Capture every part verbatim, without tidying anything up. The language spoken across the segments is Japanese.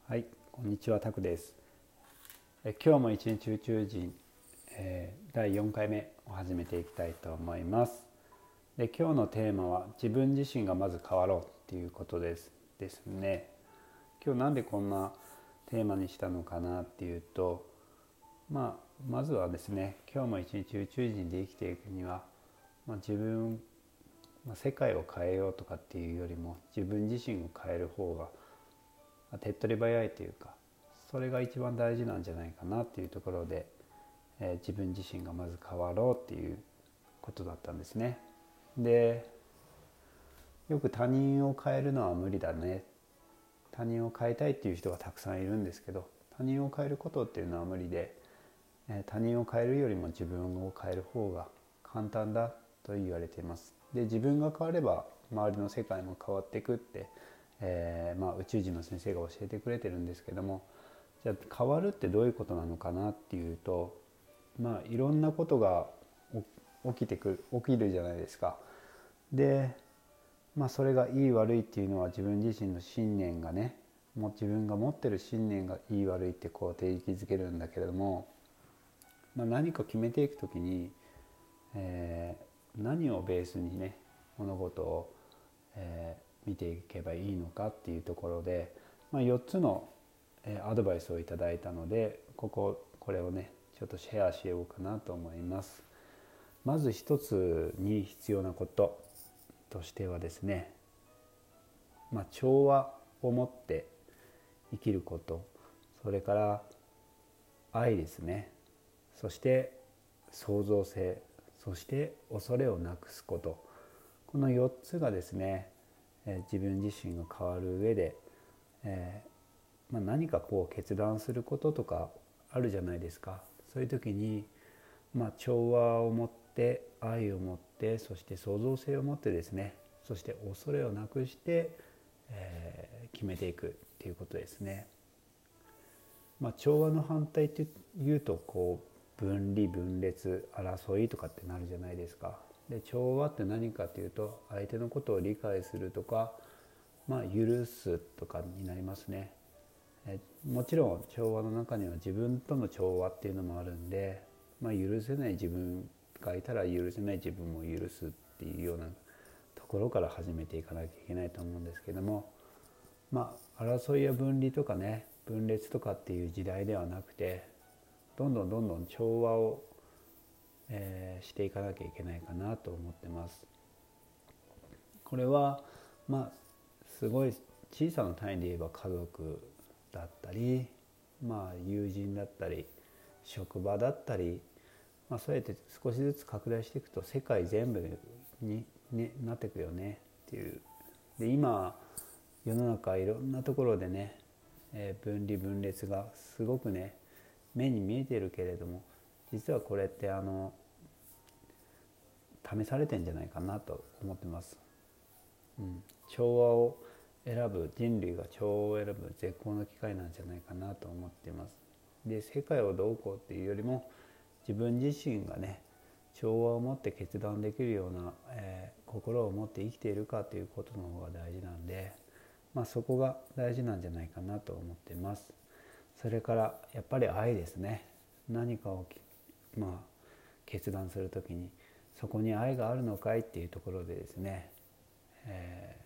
はい、こんにちは、タクです。え今日も一日宇宙人、えー、だいよんかいめを始めていきたいと思います。で、今日のテーマは自分自身がまず変わろうっていうことですですね。今日なんでこんなテーマにしたのかなっていうと、まあまずはですね、今日も一日宇宙人で生きていくには、まあ、自分、まあ、世界を変えようとかっていうよりも自分自身を変える方が手っ取り早いというか、それが一番大事なんじゃないかなっていうところで、えー自分自身がまず変わろうっていうことだったんですね。で、よく他人を変えるのは無理だね、他人を変えたいっていう人がたくさんいるんですけど、他人を変えることっていうのは無理で、えー他人を変えるよりも自分を変える方が簡単だと言われています。で、自分が変われば周りの世界も変わっていくって、えーまあ、宇宙人の先生が教えてくれてるんですけども、じゃあ変わるってどういうことなのかなっていうと、まあいろんなことが起きてくる起きるじゃないですか。で、まあそれがいい悪いっていうのは自分自身の信念がね、もう自分が持ってる信念がいい悪いってこう定義づけるんだけれども、まあ、何か決めていくときに、えー何をベースにね物事を、えー見ていけばいいのかっていうところで、まあ、よっつの、えーアドバイスをいただいたので、こここれをねちょっとシェアしようかなと思います。まず一つに必要なこととしてはですね、まあ、調和を持って生きること、それから愛ですね、そして創造性、そして恐れをなくすこと、このよっつがですね、えー自分自身が変わる上で、えーまあ、何かこう決断することとかあるじゃないですか。そういう時に、まあ、調和を持って愛を持って、そして創造性を持ってですね、そして恐れをなくして、えー決めていくっていうことですね。まあ、調和の反対っていうとこう分離分裂争いとかってなるじゃないですか。で、調和って何かというと相手のことを理解するとか、まあ、許すとかになりますね。えもちろん調和の中には自分との調和っていうのもあるんで、まあ、許せない自分がいたら許せない自分も許すっていうようなところから始めていかなきゃいけないと思うんですけども、まあ争いや分離とかね分裂とかっていう時代ではなくて、どんどんどんどん調和を、えーしていかなきゃいけないかなと思ってます。これはまあすごい小さな単位で言えば家族だったり、まあ友人だったり職場だったり、まあ、そうやって少しずつ拡大していくと世界全部に、ね、なっていくよねっていう。で、今世の中いろんなところでね、えー分離分裂がすごくね目に見えてるけれども、実はこれってあの試されてんじゃないかなと思ってます。うん、調和を選ぶ、人類が調和を選ぶ絶好の機会なんじゃないかなと思っています。で、世界をどうこうっていうよりも自分自身がね調和を持って決断できるような、えー心を持って生きているかということの方が大事なんで、まあ、そこが大事なんじゃないかなと思っています。それからやっぱり愛ですね。何かをまあ決断するときにそこに愛があるのかいっていうところでですね、え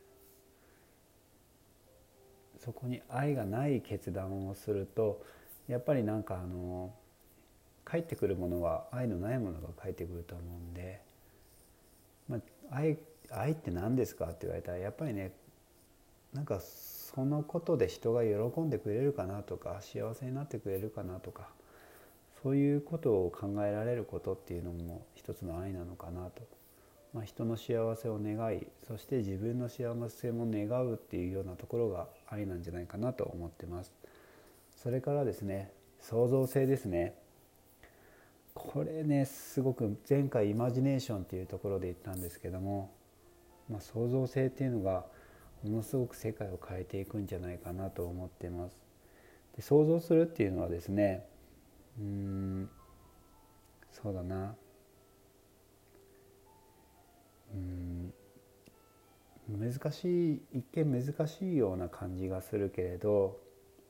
ーそこに愛がない決断をすると、やっぱりなんかあの返ってくるものは愛のないものが返ってくると思うんで、まあ、愛, 愛って何ですかって言われたらやっぱりね、なんかそのことで人が喜んでくれるかなとか幸せになってくれるかなとか、そういうことを考えられることっていうのも一つの愛なのかなと。まあ、人の幸せを願い、そして自分の幸せも願うっていうようなところが愛なんじゃないかなと思ってます。それからですね、創造性ですね。これねすごく前回イマジネーションっていうところで言ったんですけども、まあ、創造性っていうのがものすごく世界を変えていくんじゃないかなと思っています。で、想像するっていうのはですね、うーんそうだな、うーん難しい、一見難しいような感じがするけれど、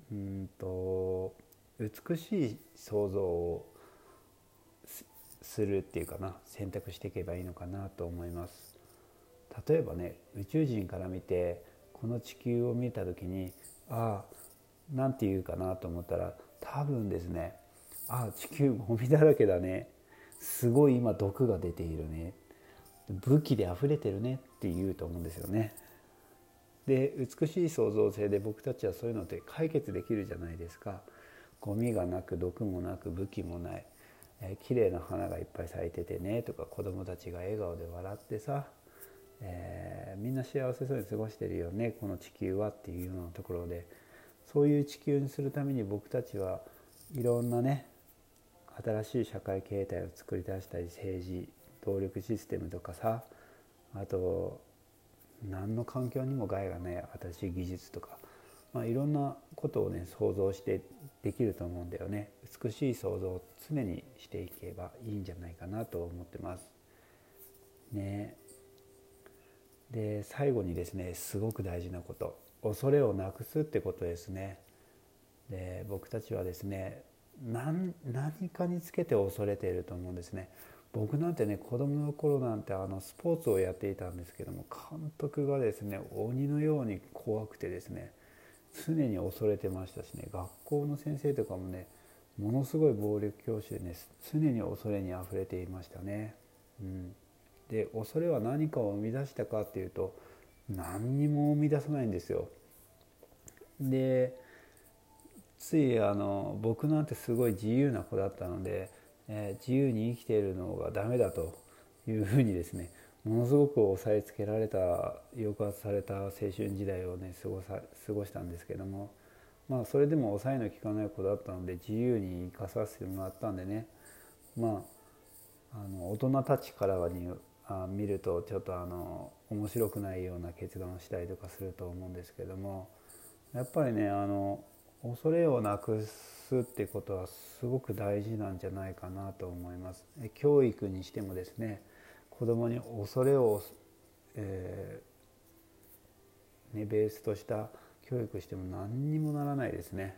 うんと美しい想像をするっていうかな、選択していけばいいのかなと思います。例えばね、宇宙人から見てこの地球を見た時に、ああなんて言うかなと思ったら、多分ですね、ああ地球ゴミだらけだね、すごい今毒が出ているね、武器で溢れてるねって言うと思うんですよね。で美しい創造性で僕たちはそういうのって解決できるじゃないですか。ゴミがなく毒もなく武器もない、えー、綺麗な花がいっぱい咲いててねとか、子供たちが笑顔で笑ってさ、えー、みんな幸せそうに過ごしてるよねこの地球はっていうようなところで、そういう地球にするために僕たちはいろんなね新しい社会形態を作り出したり、政治動力システムとかさ、あと何の環境にも害がない新しい技術とか、まあ、いろんなことをね想像してできると思うんだよね。美しい想像を常にしていけばいいんじゃないかなと思ってますね。で最後にですね、すごく大事なこと、恐れをなくすってことですね。で僕たちはですね、何, 何かにつけて恐れていると思うんですね。僕なんてね、子供の頃なんてあのスポーツをやっていたんですけども、監督がですね鬼のように怖くてですね、常に恐れてましたしね、学校の先生とかもね、ものすごい暴力教師でね、常に恐れにあふれていましたね。うん、で恐れは何かを生み出したかっていうと、何にも生み出さないんですよ。でついあの僕なんてすごい自由な子だったので、えー、自由に生きているのがダメだというふうにですね、ものすごく抑えつけられた、抑圧された青春時代をね過ごさ過ごしたんですけども、まあそれでも抑えの利かない子だったので自由に生かさせてもらったんでね、まああの大人たちからはにあ見るとちょっとあの面白くないような決断をしたりとかすると思うんですけども、やっぱりね、あの恐れをなくすってことはすごく大事なんじゃないかなと思います。教育にしてもですね、子どもに恐れを、えーね、ベースとした教育しても何にもならないですね。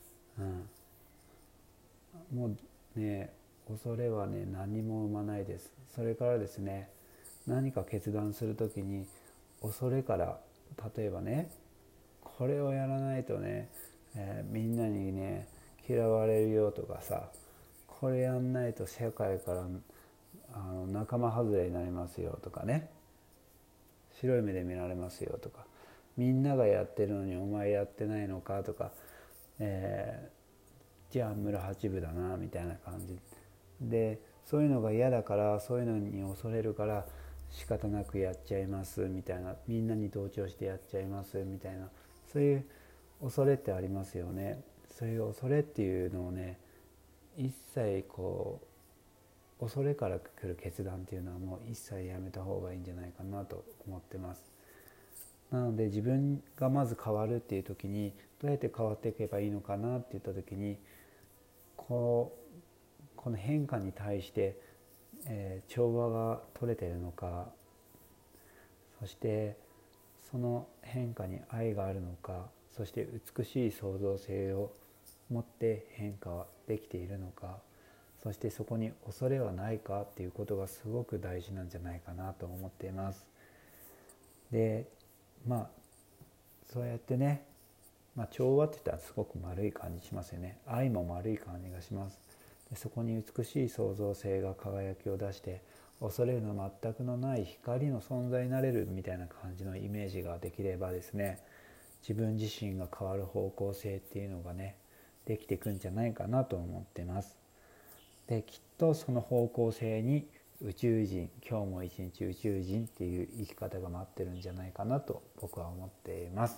うん、もうね、恐れはね何も生まないです。それからですね、何か決断するときに恐れから、例えばね、これをやらないとね、えー、みんなにね嫌われるよとかさ、これやんないと社会からあの仲間外れになりますよとかね、白い目で見られますよとか、みんながやってるのにお前やってないのかとか、えー、じゃあ村八分だなみたいな感じで、そういうのが嫌だから、そういうのに恐れるから仕方なくやっちゃいますみたいな、みんなに同調してやっちゃいますみたいな、そういう恐れってありますよね。そういう恐れっていうのをね、一切こう恐れから来る決断っていうのはもう一切やめた方がいいんじゃないかなと思ってます。なので自分がまず変わるっていう時に、どうやって変わっていけばいいのかなって言った時に、こうこの変化に対して、えー、調和が取れているのか、そしてその変化に愛があるのか、そして美しい創造性を持って変化はできているのか、そしてそこに恐れはないかっていうことがすごく大事なんじゃないかなと思っています。でまあそうやってね、まあ、調和って言ったらすごく丸い感じしますよね。愛も丸い感じがします。でそこに美しい創造性が輝きを出して、恐れの全くのない光の存在になれるみたいな感じのイメージができればですね、自分自身が変わる方向性っていうのがねできていくんじゃないかなと思ってます。できっとその方向性に宇宙人、今日も一日宇宙人っていう生き方が待ってるんじゃないかなと僕は思っています。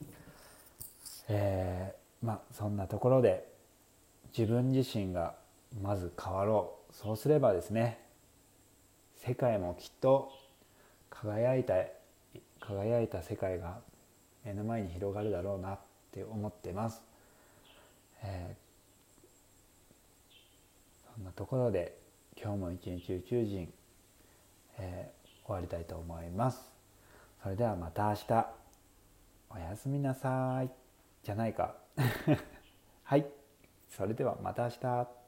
えー、まあそんなところで、自分自身がまず変わろう。そうすればですね、世界もきっと輝いた輝いた世界が目の前に広がるだろうなって思ってます。えー、そんなところで今日も一日宇宙人、えー、終わりたいと思います。それではまた明日。おやすみなさい。 じゃないかはい、それではまた明日。